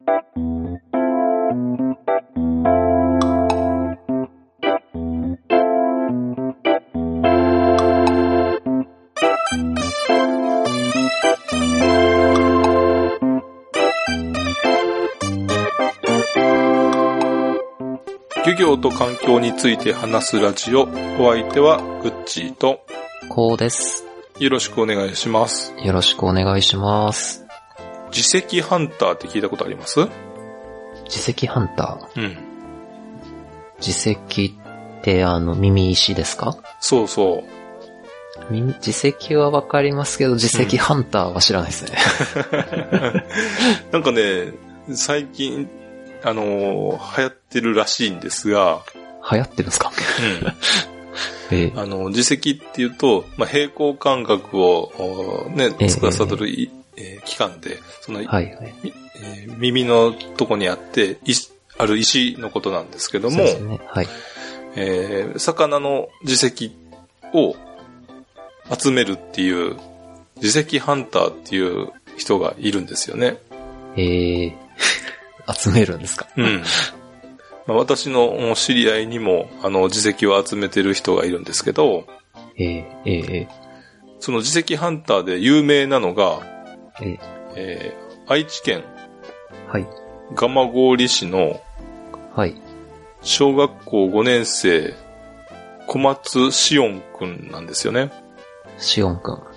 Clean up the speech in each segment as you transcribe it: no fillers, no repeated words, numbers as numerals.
漁業と環境について話すラジオ。お相手はグッチーとこうです。 よろしくお願いします。 よろしくお願いします。 自石ハンターって聞いたことあります？ 自石ハンター。 うん。 自石って耳石ですか？ そうそう。 自石はわかりますけど、自石ハンターは知らないですね。 なんかね、最近流行ってるらしいんですが。 流行ってるんですか？ 自石っていうと、平衡感覚をね、司る、器官で、耳のとこにあって、ある石のことなんですけども、そうですね、はい。魚の自石を集めるっていう、自石ハンターっていう人がいるんですよね。 集めるんですか？ うん。私の知り合いにも、自石を集めてる人がいるんですけど、その自石ハンターで有名なのが、愛知県、 はい。 蒲郡市の、 はい。 小学校5年生、小松しおんくんなんですよね。 しおんくん。 はい。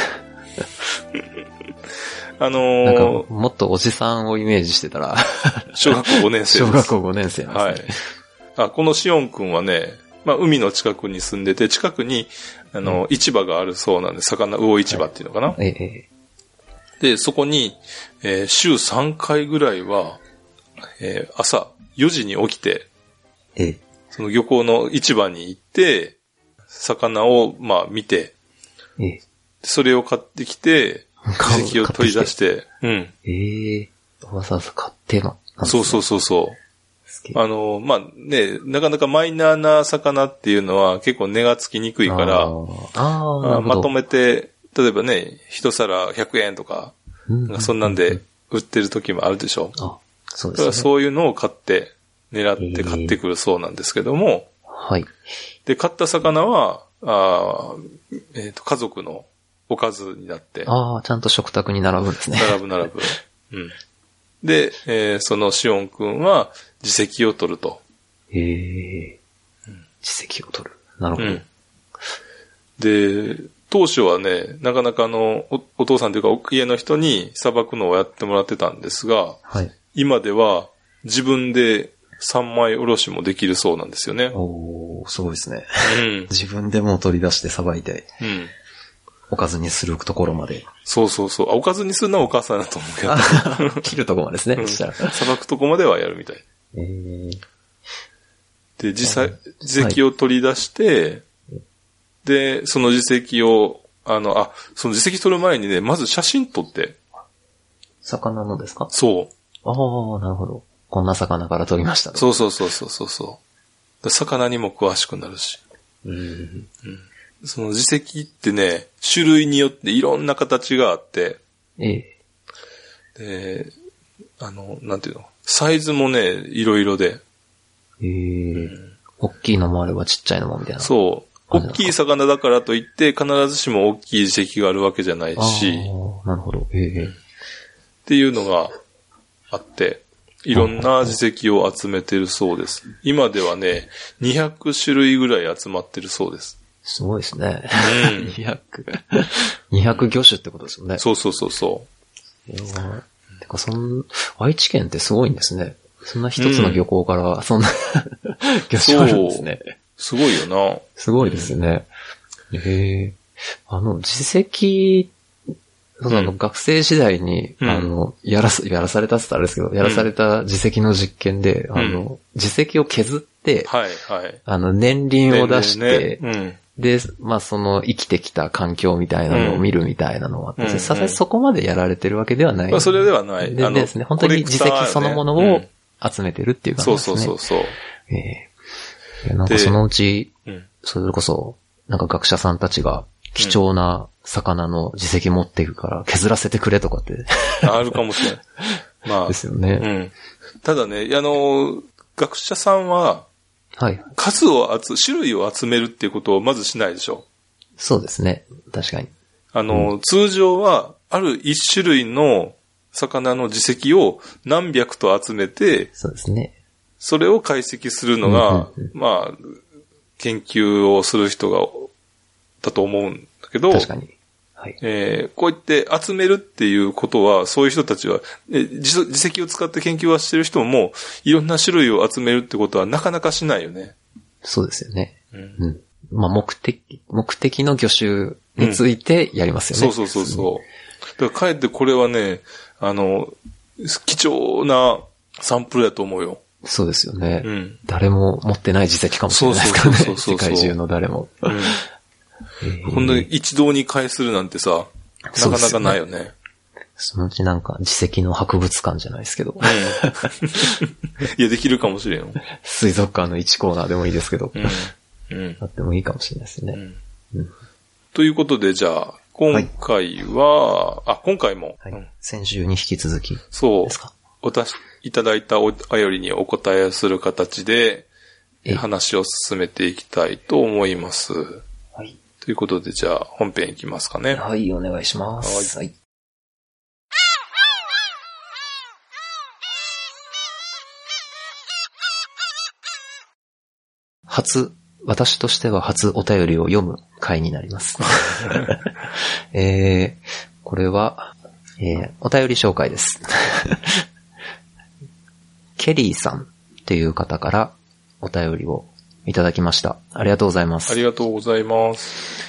なんか、もっとおじさんをイメージしてたら。 小学校5年生です。 小学校5年生なんですね。 はい。このしおんくんはね、海の近くに住んでて、近くに、市場があるそうなんで、魚市場っていうのかな。はい、で、そこに、週3回ぐらいは、朝4時に起きて、その漁港の市場に行って、魚を、見て、それを買ってきて、自石を取り出して、うん。 わざわざ買ってなんですね。そう。ね、なかなかマイナーな魚っていうのは結構値がつきにくいから、まとめて、例えばね、一皿100円とか、そんなんで売ってる時もあるでしょ。 そうですね。 だからそういうのを買って、狙って買ってくるそうなんですけども、 はい。 で、買った魚は、家族のおかずになって。 ちゃんと食卓に並ぶんですね。 並ぶ。うん。で、そのしおんくんは自石を取ると。 自石を取る。なるほど。 で、当初はね、なかなかお父さんというか家の人にさばくのをやってもらってたんですが、はい、今では自分で三枚おろしもできるそうなんですよね。 すごいですね。自分でも取り出してさばいて。おかずにするところまで。 そう。おかずにするのはお母さんだと思うけど。 切るとこまでですね。 さばくとこまではやるみたい。で、自石を取り出して、で、その自石を、その自石取る前にね、まず写真撮って。 魚のですか？ そう。 なるほど。こんな魚から取りましたね。 そう。魚にも詳しくなるし。その自石ってね、種類によっていろんな形があって、で、なんていうの、サイズもね、いろいろで。 大きいのもあればちっちゃいのもみたいな。 そう。大きい魚だからといって、必ずしも大きい自石があるわけじゃないし。 なるほど。 っていうのがあって、いろんな自石を集めてるそうです。今ではね、200種類ぐらい集まってるそうです。 すごいですね。200魚種ってことですよね。 そう。 てか、愛知県ってすごいんですね。そんな一つの漁港から、そんな魚種あるんですね。 すごいよな。 すごいですね。自石、学生時代に、やらされたって言ったらあれですけど、やらされた自石の実験で、自石を削って、年輪を出して、で、その生きてきた環境みたいなのを見るみたいなのはあって、さすがにそこまでやられてるわけではない。 それではない。 でですね、本当に自石そのものを集めてるっていう感じですね。 そう。 なんかそのうち、それこそ、なんか学者さんたちが貴重な魚の自石持っていくから削らせてくれとかって。 あるかもしれない。 まあ。 ですよね。 うん。ただね、学者さんは、 はい。 種類を集めるっていうことをまずしないでしょ。 そうですね。確かに。 通常は、ある一種類の魚の耳石を何百と集めて、 そうですね。 それを解析するのが、まあ、研究をする人が、だと思うんだけど、 確かに。はい。 こうやって集めるっていうことは、そういう人たちは、耳石を使って研究はしてる人も、いろんな種類を集めるってことはなかなかしないよね。 そうですよね。うん。まあ、目的の魚種についてやりますよね。 そう。だからかえってこれはね、貴重なサンプルだと思うよ。 そうですよね。うん。誰も持ってない実績かもしれないですからね。世界中の誰も。 こんな一堂に会するなんてさ、なかなかないよね。 そのうちなんか実績の博物館じゃないですけど。 いや、できるかもしれんよ。 水族館の1コーナーでもいいですけど。あってもいいかもしれないですね。 ということで、じゃあ、今回は、今回も、 先週に引き続き。 そう。いただいたお便りにお答えする形で、話を進めていきたいと思います。 はい。 ということで、じゃあ、本編いきますかね。 はい、お願いします。はい。私としては初お便りを読む回になります。これは、お便り紹介です。ケリーさんっていう方からお便りをいただきました。ありがとうございます。 ありがとうございます。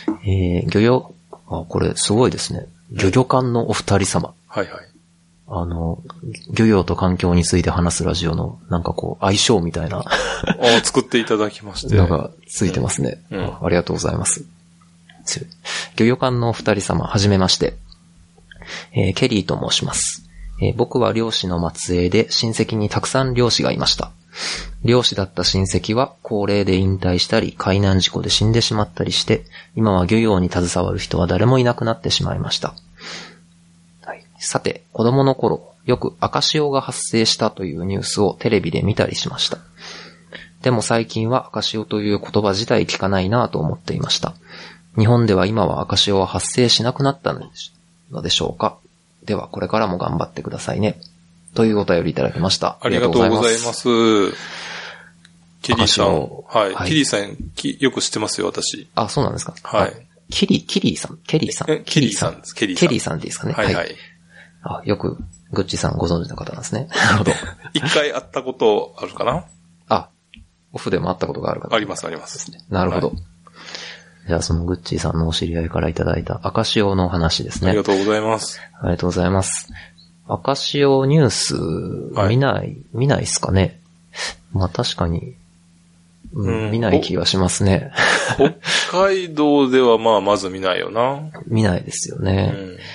これすごいですね。漁業館のお二人様。 はいはい。 漁業と環境について話すラジオのなんかこう相性みたいな作っていただきまして。 のがついてますね。ありがとうございます。漁業館のお二人様、はじめまして。ケリーと申します。僕は漁師の末裔で親戚にたくさん漁師がいました。漁師だった親戚は高齢で引退したり海難事故で死んでしまったりして、今は漁業に携わる人は誰もいなくなってしまいました。はい、さて、子供の頃、よく赤潮が発生したというニュースをテレビで見たりしました。でも最近は赤潮という言葉自体聞かないなぁと思っていました。日本では今は赤潮は発生しなくなったのでしょうか。ではこれからも頑張ってくださいね。というお便りいただきました。 ありがとうございます。ケリーさん。はい。ケリーさん、よく知ってますよ、私。 あ、そうなんですか。 はい。 ケリーさんケリーさんです。ケリーさんでいいですかね。 はいはい。 よく、グッチさんご存知の方なんですね。なるほど。 一回会ったことあるかな？ オフでも会ったことがある方。 あります。 なるほど。じゃあそのグッチーさんのお知り合いからいただいた赤潮の話ですね。 ありがとうございます。 ありがとうございます。赤潮ニュース見ないっすかね。まあ確かに、見ない気がしますね。 北海道ではまず見ないよな。 見ないですよね。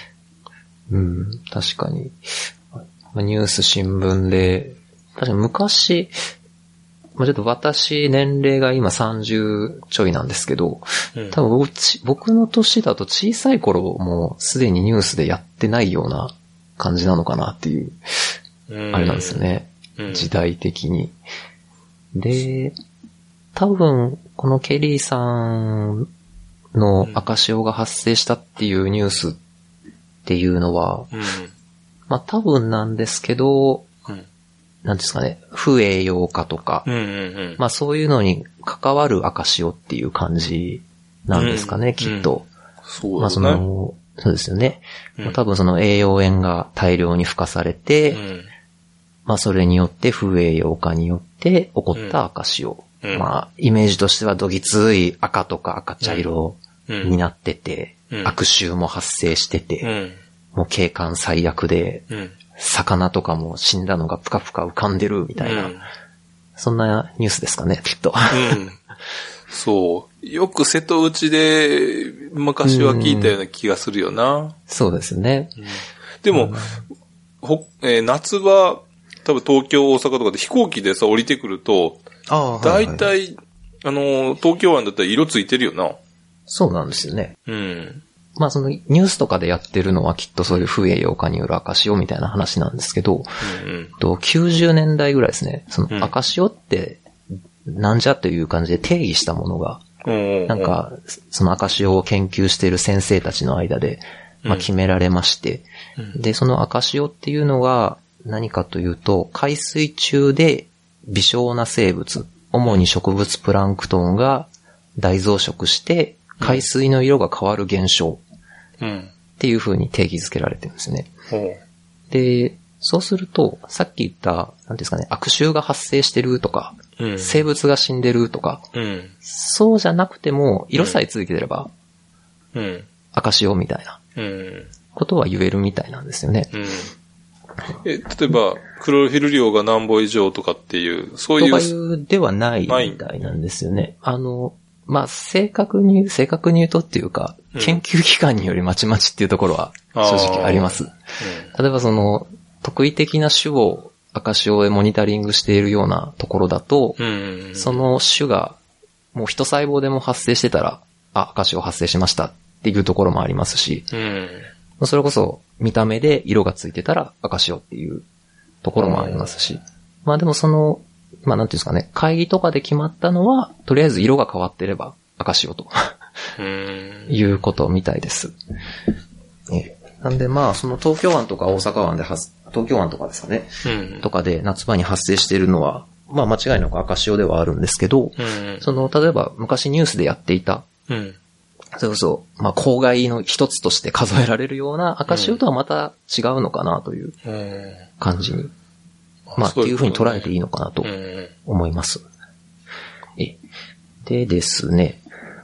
確かに。ニュース新聞で、確かに昔、ちょっと私年齢が今30ちょいなんですけど、多分僕の年だと小さい頃もうすでにニュースでやってないような感じなのかなっていう、あれなんですよね。時代的に。で、多分このケリーさんの赤潮が発生したっていうニュースっていうのは、多分なんですけど、なんですかね、不栄養化とか、そういうのに関わる赤潮っていう感じなんですかね、きっと。 そうですね。 そうですよね。多分その栄養塩が大量に付加されて、それによって不栄養化によって起こった赤潮。イメージとしてはどぎつい赤とか赤茶色になってて、悪臭も発生してて、もう景観最悪で、魚とかも死んだのがぷかぷか浮かんでるみたいな、そんなニュースですかね、きっと。 そう。よく瀬戸内で昔は聞いたような気がするよな。 そうですね。 でも、夏場、多分東京、大阪とかで飛行機でさ、降りてくると、だいたい、東京湾だったら色ついてるよな。 そうなんですよね。 まあそのニュースとかでやってるのはきっとそういう不栄養化による赤潮みたいな話なんですけど、90年代ぐらいですね、その赤潮ってなんじゃという感じで定義したものが、なんかその赤潮を研究している先生たちの間で、まあ決められまして、で、その赤潮っていうのが何かというと、海水中で微小な生物、主に植物プランクトンが大増殖して、海水の色が変わる現象っていう風に定義づけられてるんですよね。で、そうすると、さっき言った、なんですかね、悪臭が発生してるとか、生物が死んでるとか、そうじゃなくても、色さえついてれば、赤潮みたいなことは言えるみたいなんですよね。 例えば、クロロフィル量が何本以上とかっていう、そういう。 とかいうではないみたいなんですよね。まあ、正確に言うとっていうか、研究機関によりまちまちっていうところは正直あります。例えばその、特異的な種を赤潮でモニタリングしているようなところだと、その種がもう一細胞でも発生してたら、赤潮発生しましたっていうところもありますし、それこそ見た目で色がついてたら赤潮っていうところもありますし、まあでもその、まあなんていうんですかね、会議とかで決まったのは、とりあえず色が変わってれば赤潮ということみたいです。なんでまあその東京湾とか大阪湾で東京湾とかですかね、とかで夏場に発生しているのは、まあ間違いなく赤潮ではあるんですけど、その例えば昔ニュースでやっていた、それこそまあ公害の一つとして数えられるような赤潮とはまた違うのかなという感じに。まあ、っていう風に捉えていいのかなと思います。でですね、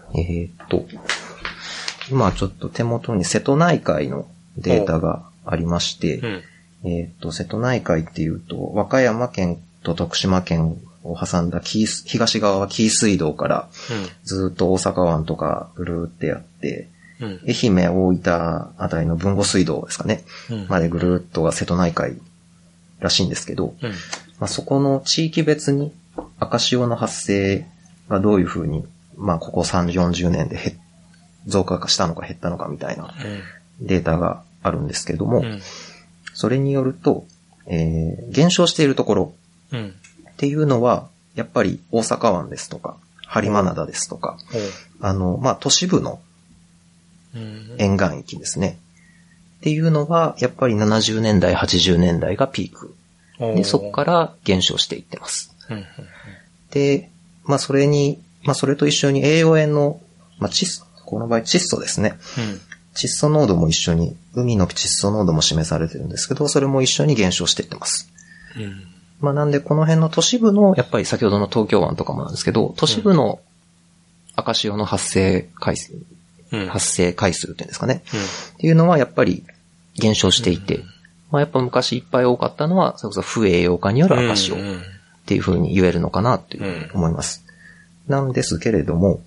今ちょっと手元に瀬戸内海のデータがありまして、瀬戸内海っていうと、和歌山県と徳島県を挟んだ東側は紀伊水道から、ずっと大阪湾とかぐるーってやって、愛媛、大分あたりの豊後水道ですかね、までぐるーっとが瀬戸内海らしいんですけど、まあ、そこの地域別に赤潮の発生がどういう風に、まあここ30、40年で増加化したのか減ったのかみたいなデータがあるんですけども、それによると、減少しているところっていうのは、やっぱり大阪湾ですとか、播磨灘ですとか、まあ都市部の沿岸域ですね。っていうのは、やっぱり70年代、80年代がピーク。で、そこから減少していってます。で、まあそれと一緒に栄養塩の、まあこの場合窒素ですね。窒素濃度も一緒に、海の窒素濃度も示されてるんですけど、それも一緒に減少していってます。まあなんでこの辺の都市部の、やっぱり先ほどの東京湾とかもなんですけど、都市部の赤潮の発生回数っていうんですかね。っていうのはやっぱり減少していて、まあやっぱ昔いっぱい多かったのは、それこそ不栄養化による赤潮っていう風に言えるのかなというふうに思います。なんですけれども、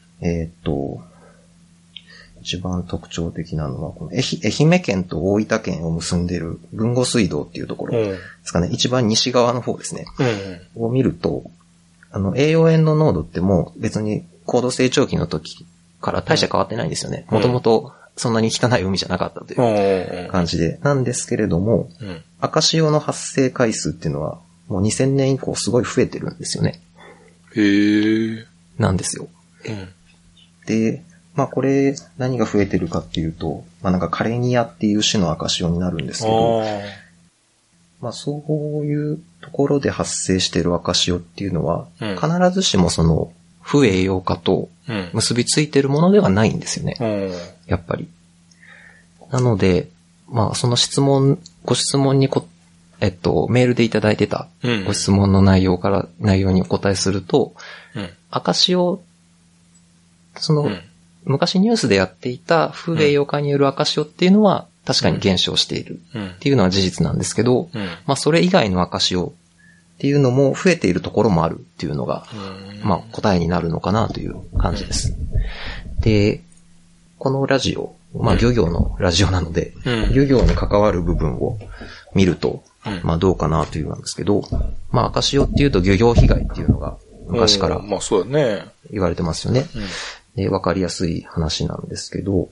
一番特徴的なのは、この愛媛県と大分県を結んでいる豊後水道っていうところですかね。一番西側の方ですね。を見ると、栄養塩の濃度ってもう別に高度成長期の時から大して変わってないんですよね。もともとそんなに汚い海じゃなかったという感じで。なんですけれども、赤潮の発生回数っていうのはもう2000年以降すごい増えてるんですよね。なんですよ。で、まあこれ何が増えてるかっていうと、まあなんかカレニアっていう種の赤潮になるんですけど、まあそういうところで発生している赤潮っていうのは、必ずしもその不栄養化と結びついているものではないんですよね。やっぱり。なので、まあそのご質問にメールでいただいてたご質問の内容にお答えすると、赤潮、昔ニュースでやっていた不栄養化による赤潮っていうのは確かに減少しているっていうのは事実なんですけど、まあそれ以外の赤潮っていうのも増えているところもあるっていうのが、まあ答えになるのかなという感じです。で、このラジオ、まあ漁業のラジオなので、漁業に関わる部分を見ると、まあどうかなというなんですけど、まあ赤潮っていうと漁業被害っていうのが昔から言われてますよね。 で、わかりやすい話なんですけど、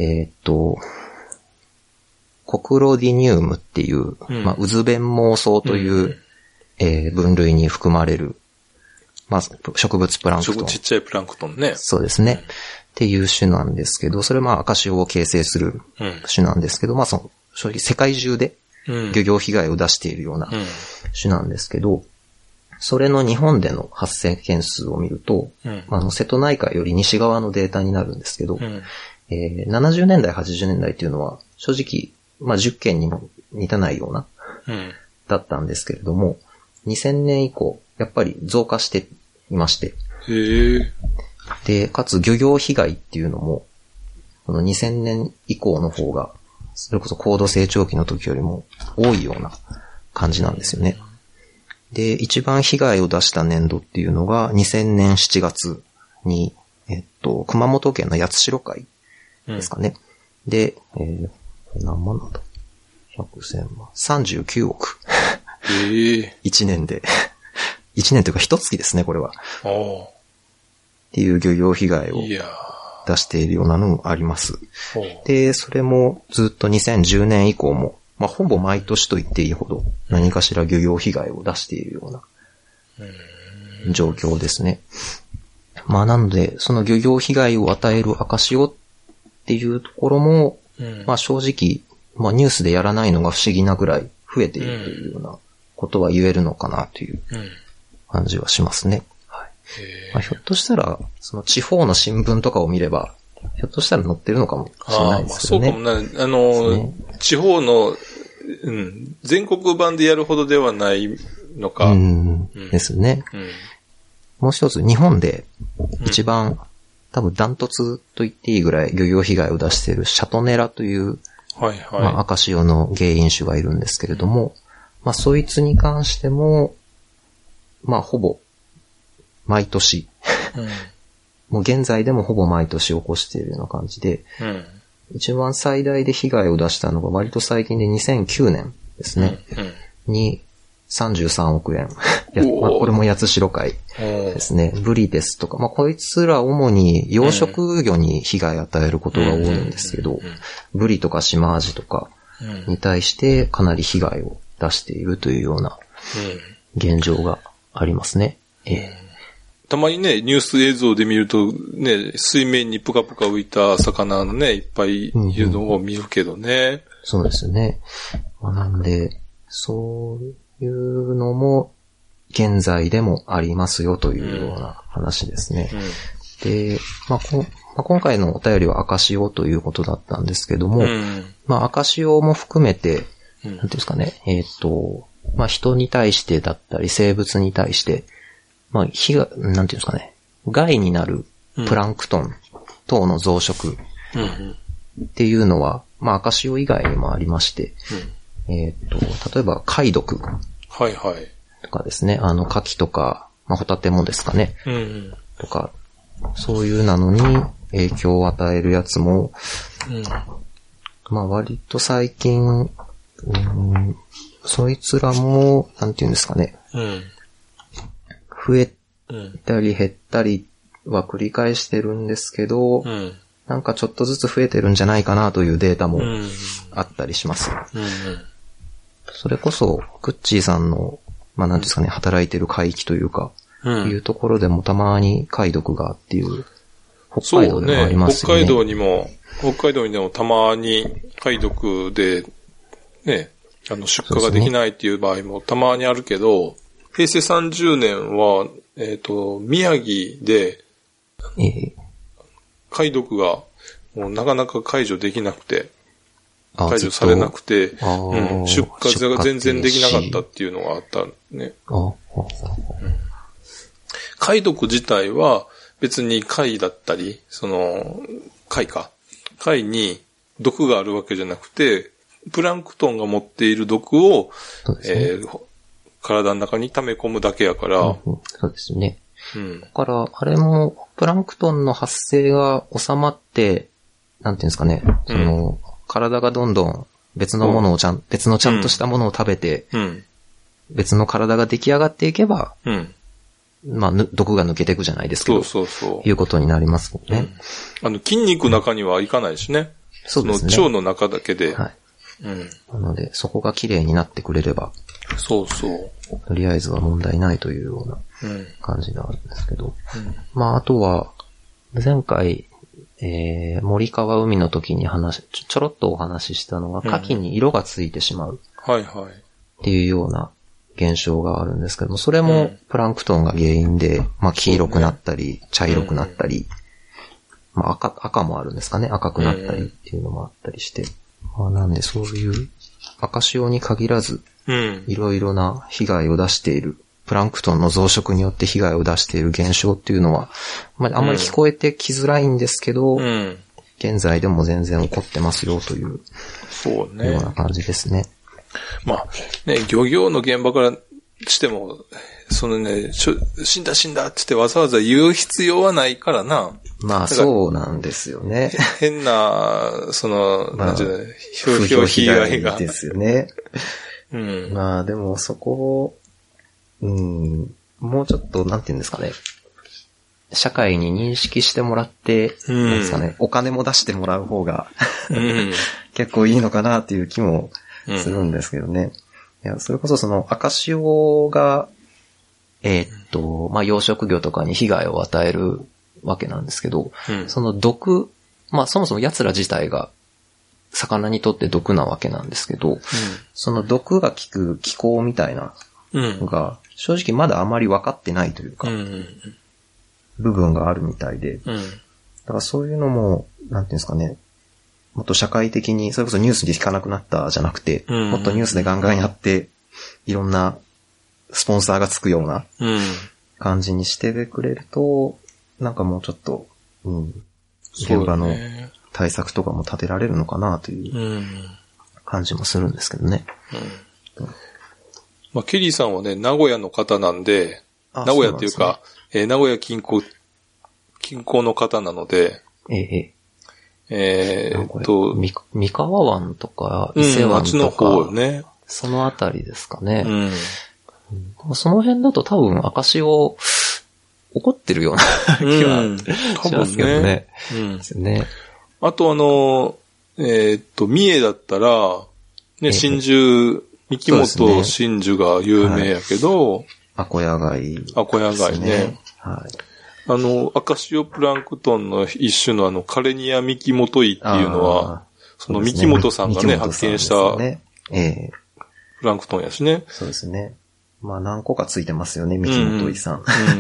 コクロディニウムっていう、まあ、ウズベンモウソウという、分類に含まれる、まあ、植物プランクトン。 ちっちゃいプランクトンね。 そうですね。っていう種なんですけど、それはまあ赤潮を形成する種なんですけど、まあその、正直世界中で漁業被害を出しているような種なんですけど、それの日本での発生件数を見ると、瀬戸内海より西側のデータになるんですけど、70年代、80年代っていうのは正直、まあ10件にも満たないような、だったんですけれども、2000年以降、やっぱり増加していまして、で、かつ漁業被害っていうのも、この2000年以降の方が、それこそ高度成長期の時よりも多いような感じなんですよね。で、一番被害を出した年度っていうのが2000年7月に、熊本県の八代海ですかね。で、何万なんだ ?100、1000万。39億。1年で。1年というか1月ですね、これは。っていう漁業被害を出しているようなのもあります。で、それもずっと2010年以降も、まあ、ほぼ毎年と言っていいほど何かしら漁業被害を出しているような状況ですね。まあ、なので、その漁業被害を与える赤潮っていうところも、まあ、正直、まあ、ニュースでやらないのが不思議なぐらい増えているというようなことは言えるのかなという感じはしますね。まあ、ひょっとしたら、その地方の新聞とかを見れば、ひょっとしたら載ってるのかもしれないですけどね。 そうかもね。地方の、全国版でやるほどではないのか。 ですね。もう一つ、日本で一番、多分ダントツと言っていいぐらい漁業被害を出しているシャトネラという、まあ、赤潮の原因種がいるんですけれども、まあ、そいつに関しても、まあ、ほぼ、毎年、もう現在でもほぼ毎年起こしているような感じで、一番最大で被害を出したのが割と最近で2009年ですね、に33億円。まあ、これも八代海ですね。ブリですとか、まあ、こいつら主に養殖魚に被害を与えることが多いんですけど、ブリとかシマアジとかに対してかなり被害を出しているというような現状がありますね。 たまにね、ニュース映像で見ると、ね、水面にぷかぷか浮いた魚のね、いっぱいいるのを見るけどね。 そうですね。まあ、なんで、そういうのも、現在でもありますよというような話ですね。で、まあ、今回のお便りは赤潮ということだったんですけども、まあ、赤潮も含めて、なんていうんですかね、まあ、人に対してだったり、生物に対して、まあ、なんていうんですかね、害になるプランクトン等の増殖っていうのは、まあ、赤潮以外にもありまして、例えば貝毒とかですね、牡蠣とか、まあ、ホタテもですかね、とか、そういうなのに影響を与えるやつも、まあ、割と最近、そいつらも、なんていうんですかね、増えたり減ったりは繰り返してるんですけど、なんかちょっとずつ増えてるんじゃないかなというデータもあったりします。それこそ、クッチーさんの、まあなんですかね、働いてる海域というか、いうところでもたまに貝毒がっていう、北海道でもありますよね。 北海道にでもたまに貝毒で、ね、出荷ができないっていう場合もたまにあるけど、平成30年は、宮城で、貝毒がもうなかなか解除できなくて、解除されなくて、出荷が全然できなかったっていうのがあったね。貝毒自体は別に貝だったり、貝に毒があるわけじゃなくて、プランクトンが持っている毒を、体の中に溜め込むだけやから。 そうですね。だから、あれも、プランクトンの発生が収まって、なんていうんですかね、体がどんどん別のものを別のちゃんとしたものを食べて、別の体が出来上がっていけば、 まあ、毒が抜けていくじゃないですけど。いうことになりますもんね。 筋肉の中にはいかないしね。 そうですね。 その腸の中だけで。 はい。なので、そこが綺麗になってくれれば。 そうそう。 とりあえずは問題ないというような感じがあるんですけど。まあ、あとは、前回、森川海の時にちょろっとお話ししたのは、牡蠣に色がついてしまう。はいはい。っていうような現象があるんですけども、それもプランクトンが原因で、まあ黄色くなったり、茶色くなったり、まあ赤もあるんですかね、赤くなったりっていうのもあったりして。まあなんでそういう赤潮に限らず、いろいろな被害を出している、プランクトンの増殖によって被害を出している現象っていうのは、まあんまり聞こえてきづらいんですけど、現在でも全然起こってますよという、そうね。ような感じですね。 まあ、ね、漁業の現場からしても、そのね、死んだって言ってわざわざ言う必要はないからな。 まあそうなんですよね。 変な、なんていうの、風評被害が。 ですよね。まあでもそこを、もうちょっと、なんていうんですかね。社会に認識してもらって、なんですかね、お金も出してもらう方が結構いいのかなっていう気もするんですけどね。いや、それこそその赤潮が、まあ養殖魚とかに被害を与えるわけなんですけど、その毒、まあそもそも奴ら自体が魚にとって毒なわけなんですけど、その毒が効く気候みたいなのが、正直まだあまり分かってないというか、部分があるみたいで、だからそういうのも、なんていうんですかね、もっと社会的に、それこそニュースで聞かなくなったじゃなくて、もっとニュースでガンガンやって、いろんなスポンサーがつくような感じにしてくれると、なんかもうちょっと、現場の対策とかも立てられるのかなという感じもするんですけどね。 まあ、ケリーさんはね、名古屋の方なんで、名古屋っていうか、名古屋近郊の方なので、 三河湾とか伊勢湾とか、 の方ね、 そのあたりですかね。その辺だと多分赤潮起こってるような気はしますけどね。ね。 あと三重だったら、ね、三本真珠が有名やけど、 アコヤ貝ね。はい。赤潮プランクトンの一種のカレニアミキモトイっていうのは、そのミキモトさんがね、発見した、プランクトンやしね。 そうですね。まあ何個かついてますよね、ミキモトイさん。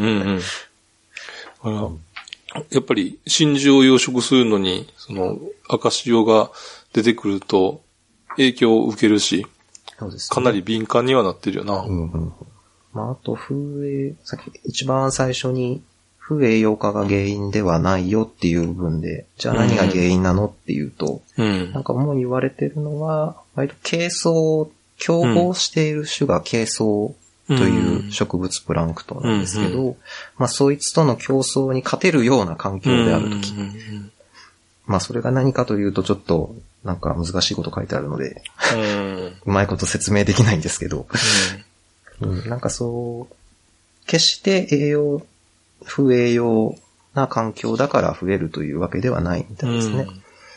やっぱり真珠を養殖するのに、その赤潮が出てくると影響を受けるし、かなり敏感にはなってるよな。 まああとさっき一番最初に、風栄養化が原因ではないよっていう部分で、じゃあ何が原因なのっていうと、なんかもう言われてるのは、割と競合している種がケイソウという植物プランクトンなんですけど、まあそいつとの競争に勝てるような環境であるとき、まあそれが何かというとちょっとなんか難しいこと書いてあるので、うまいこと説明できないんですけど、なんか決して不栄養な環境だから増えるというわけではないみたいですね。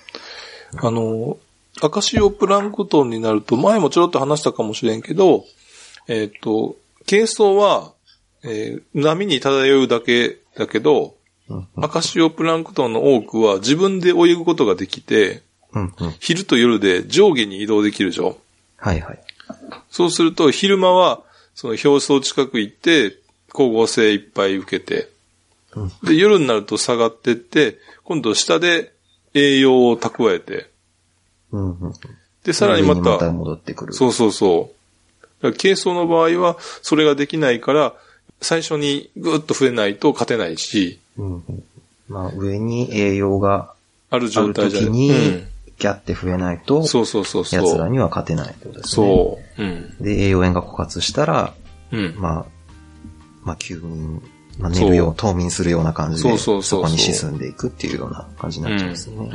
赤潮プランクトンになると、前もちょろっと話したかもしれんけど、ケイソウは、波に漂うだけだけど、赤潮プランクトンの多くは自分で泳ぐことができて、昼と夜で上下に移動できるでしょ。 はいはい。 そうすると、昼間は、その表層近く行って、光合成いっぱい受けて、で、夜になると下がってって、今度下で栄養を蓄えて、で、さらにまた戻ってくる。 そう。だからケイソウの場合は、それができないから、最初にぐーっと増えないと勝てないし、 まあ、上に栄養がある状態じゃ時に、ギャって増えないと、奴らには勝てないってことですね。で、栄養塩が枯渇したら、まあ、休眠、寝るよう、冬眠するような感じで、そこに沈んでいくっていうような感じになっちゃうんですね。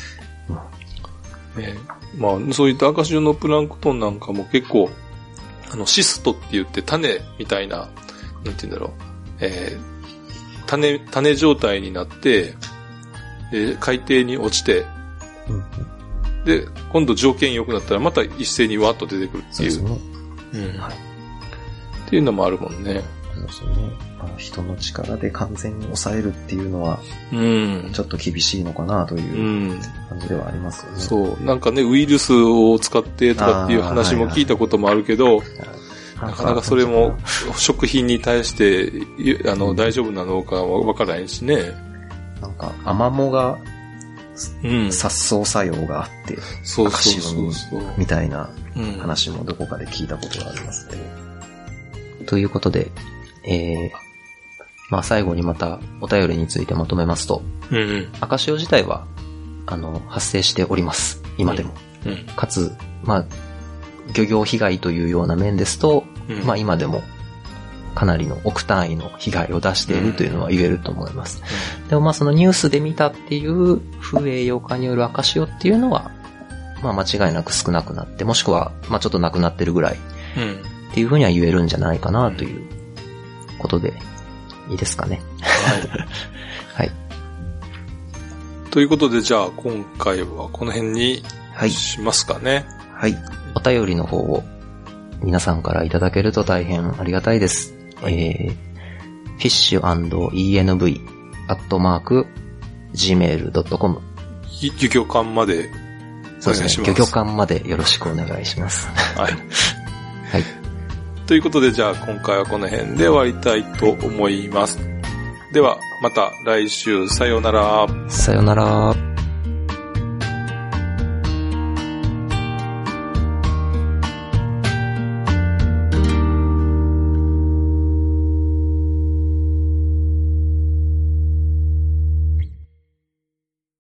まあ、そういった赤潮のプランクトンなんかも結構、シストって言って種みたいな、なんて言うんだろ種状態になって、海底に落ちて、で、今度条件良くなったらまた一斉にわーっと出てくるっていう。そうですね。はい。っていうのもあるもんね。 そうですね。人の力で完全に抑えるっていうのは、ちょっと厳しいのかなという感じではありますよね。 そう。なんかね、ウイルスを使ってとかっていう話も聞いたこともあるけど、なかなかそれも食品に対して大丈夫なのかわからないしね。 なんかアマモが殺草作用があって、赤潮にみたいな話もどこかで聞いたことがありますけど。 ということで、まあ最後にまたお便りについてまとめますと、赤潮自体は発生しております。今でも。かつ、まあ漁業被害というような面ですと、まあ今でもかなりの億単位の被害を出しているというのは言えると思います。でもまあそのニュースで見たっていう風栄養化による赤潮っていうのは、まあ間違いなく少なくなって、もしくはまあちょっとなくなってるぐらいっていうふうには言えるんじゃないかなということでいいですかね。はい。 ということでじゃあ今回はこの辺にしますかね。 はい。お便りの方を皆さんからいただけると大変ありがたいです。fish&env@gmail.com 漁業館までお願いします。そうですね。 漁業館までよろしくお願いします。 はい。 はい。 ということでじゃあ今回はこの辺で終わりたいと思います。ではまた来週さようなら。 さようなら。